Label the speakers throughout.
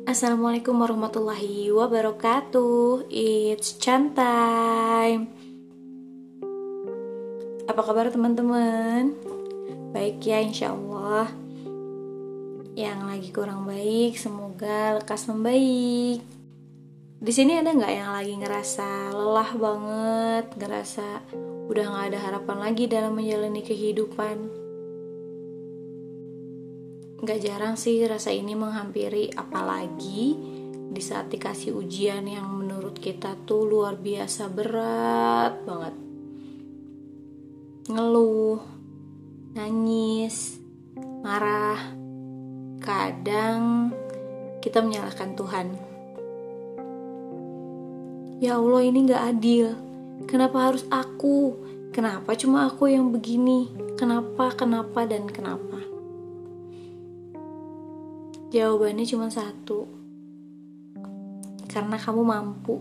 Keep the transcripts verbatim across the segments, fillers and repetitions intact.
Speaker 1: Assalamualaikum warahmatullahi wabarakatuh. It's Chan time. Apa kabar teman-teman? Baik ya, insya Allah. Yang lagi kurang baik, semoga lekas membaik. Di sini ada nggak yang lagi ngerasa lelah banget, ngerasa udah nggak ada harapan lagi dalam menjalani kehidupan? Gak jarang sih rasa ini menghampiri, apalagi di saat dikasih ujian yang menurut kita tuh luar biasa berat banget. Ngeluh, nangis, marah. Kadang kita menyalahkan Tuhan. Ya Allah, ini gak adil. Kenapa harus aku? Kenapa cuma aku yang begini? Kenapa, kenapa, dan kenapa? Jawabannya cuma satu. Karena kamu mampu.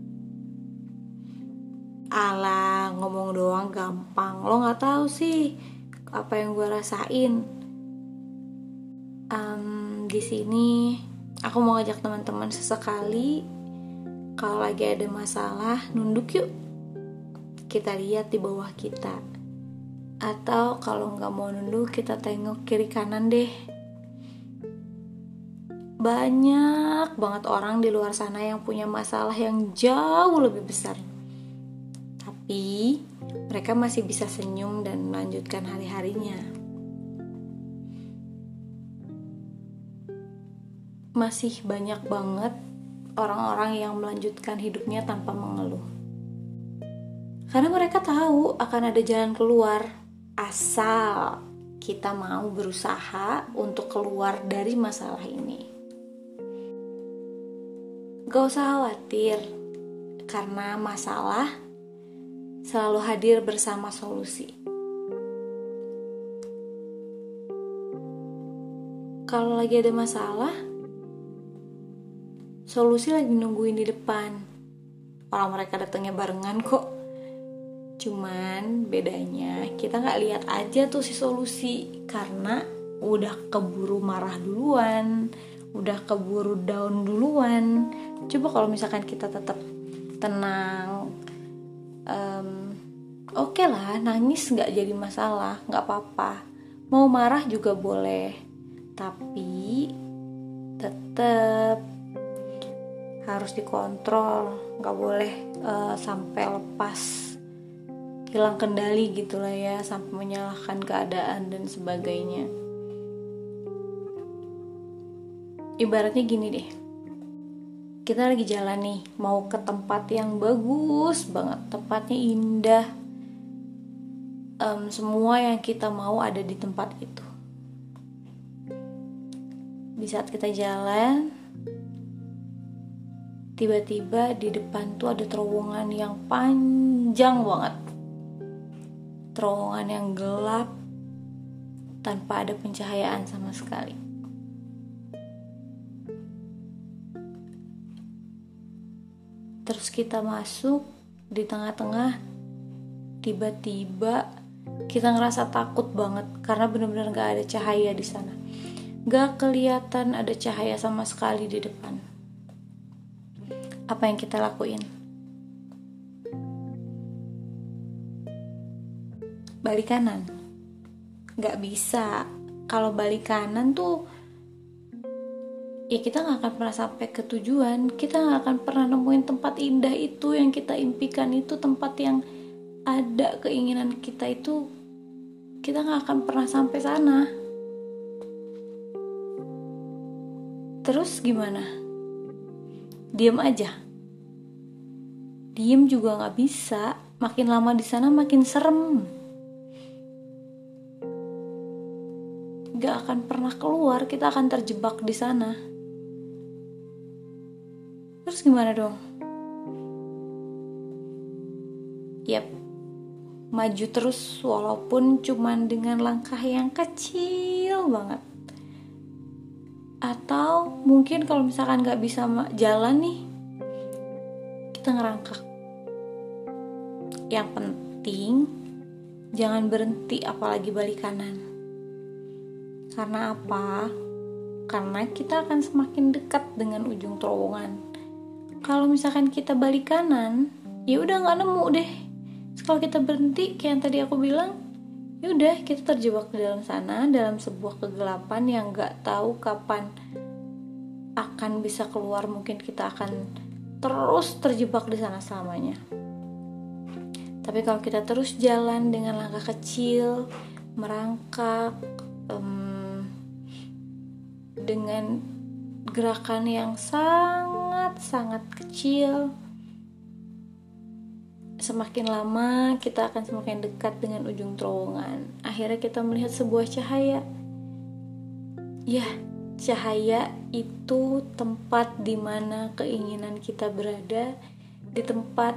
Speaker 1: Alah, ngomong doang gampang. Lo gak tahu sih apa yang gue rasain. Um, di sini aku mau ngajak teman-teman sesekali, kalau lagi ada masalah, nunduk yuk. Kita lihat di bawah kita. Atau kalau gak mau nunduk, kita tengok kiri kanan deh. Banyak banget orang di luar sana yang punya masalah yang jauh lebih besar. Tapi mereka masih bisa senyum dan melanjutkan hari-harinya. Masih banyak banget orang-orang yang melanjutkan hidupnya tanpa mengeluh. Karena mereka tahu akan ada jalan keluar, asal kita mau berusaha untuk keluar dari masalah ini. Gak usah khawatir, karena masalah selalu hadir bersama solusi. Kalau lagi ada masalah, solusi lagi nungguin di depan. Orang mereka datangnya barengan kok. Cuman bedanya kita gak lihat aja tuh si solusi, karena udah keburu marah duluan, udah keburu down duluan. Coba kalau misalkan kita tetap tenang, um, oke okay lah, nangis gak jadi masalah, gak apa-apa. Mau marah juga boleh, tapi tetap harus dikontrol, gak boleh uh, sampai lepas, hilang kendali gitu lah ya, sampai menyalahkan keadaan dan sebagainya. Ibaratnya gini deh, kita lagi jalan nih, mau ke tempat yang bagus banget, tempatnya indah, um, semua yang kita mau ada di tempat itu. Di saat kita jalan, tiba-tiba di depan tuh ada terowongan yang panjang banget, terowongan yang gelap tanpa ada pencahayaan sama sekali. Terus kita masuk di tengah-tengah, tiba-tiba kita ngerasa takut banget karena benar-benar gak ada cahaya di sana. Gak kelihatan ada cahaya sama sekali di depan. Apa yang kita lakuin? Balik kanan? Gak bisa. Kalau balik kanan tuh ya kita gak akan pernah sampai ke tujuan. Kita gak akan pernah nemuin tempat indah itu yang kita impikan, itu tempat yang ada keinginan kita itu. Kita gak akan pernah sampai sana. Terus gimana? Diam aja? Diam juga gak bisa. Makin lama di sana makin serem. Gak akan pernah keluar, kita akan terjebak di sana. Terus gimana dong? Yap, maju terus walaupun cuman dengan langkah yang kecil banget. Atau mungkin kalau misalkan gak bisa jalan nih, kita ngerangkak. Yang penting jangan berhenti, apalagi balik kanan. Karena apa? karena kita akan semakin dekat dengan ujung terowongan. Kalau misalkan kita balik kanan, ya udah nggak nemu deh. Kalau kita berhenti, kayak yang tadi aku bilang, ya udah kita terjebak di dalam sana, dalam sebuah kegelapan yang nggak tahu kapan akan bisa keluar. Mungkin kita akan terus terjebak di sana selamanya. Tapi kalau kita terus jalan dengan langkah kecil, merangkak, um, dengan gerakan yang sangat-sangat kecil, semakin lama kita akan semakin dekat dengan ujung terowongan. Akhirnya kita melihat sebuah cahaya. Ya, cahaya itu tempat di mana keinginan kita berada, di tempat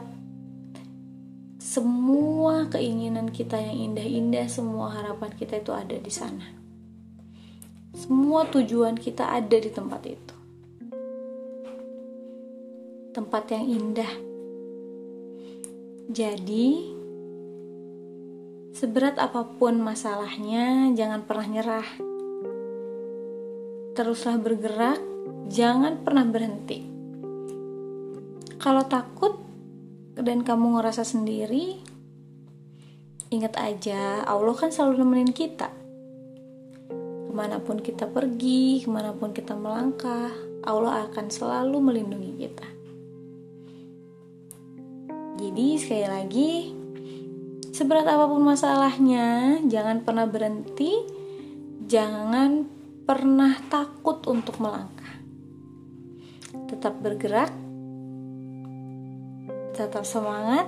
Speaker 1: semua keinginan kita yang indah-indah, semua harapan kita itu ada di sana. Semua tujuan kita ada di tempat itu. Tempat yang indah. Jadi, seberat apapun masalahnya, jangan pernah nyerah. Teruslah bergerak, jangan pernah berhenti. Kalau takut dan kamu ngerasa sendiri, ingat aja, Allah kan selalu nemenin kita. Kemanapun kita pergi, kemanapun kita melangkah, Allah akan selalu melindungi kita. Jadi sekali lagi, seberat apapun masalahnya, jangan pernah berhenti, jangan pernah takut untuk melangkah. Tetap bergerak, tetap semangat,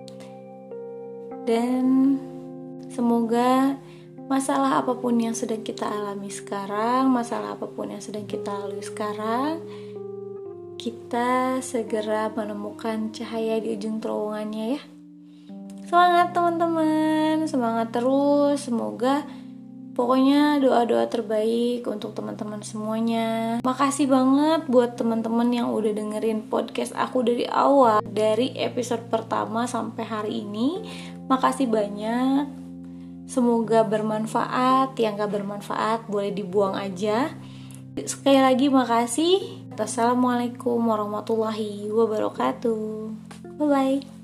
Speaker 1: dan semoga masalah apapun yang sedang kita alami sekarang, masalah apapun yang sedang kita lalui sekarang, kita segera menemukan cahaya di ujung terowongannya ya. Semangat teman-teman, semangat terus. Semoga pokoknya doa-doa terbaik untuk teman-teman semuanya. Makasih banget buat teman-teman yang udah dengerin podcast aku dari awal, dari episode pertama sampai hari ini. Makasih banyak. Semoga bermanfaat. Yang gak bermanfaat boleh dibuang aja. Sekali lagi makasih. Assalamualaikum warahmatullahi wabarakatuh. Bye bye.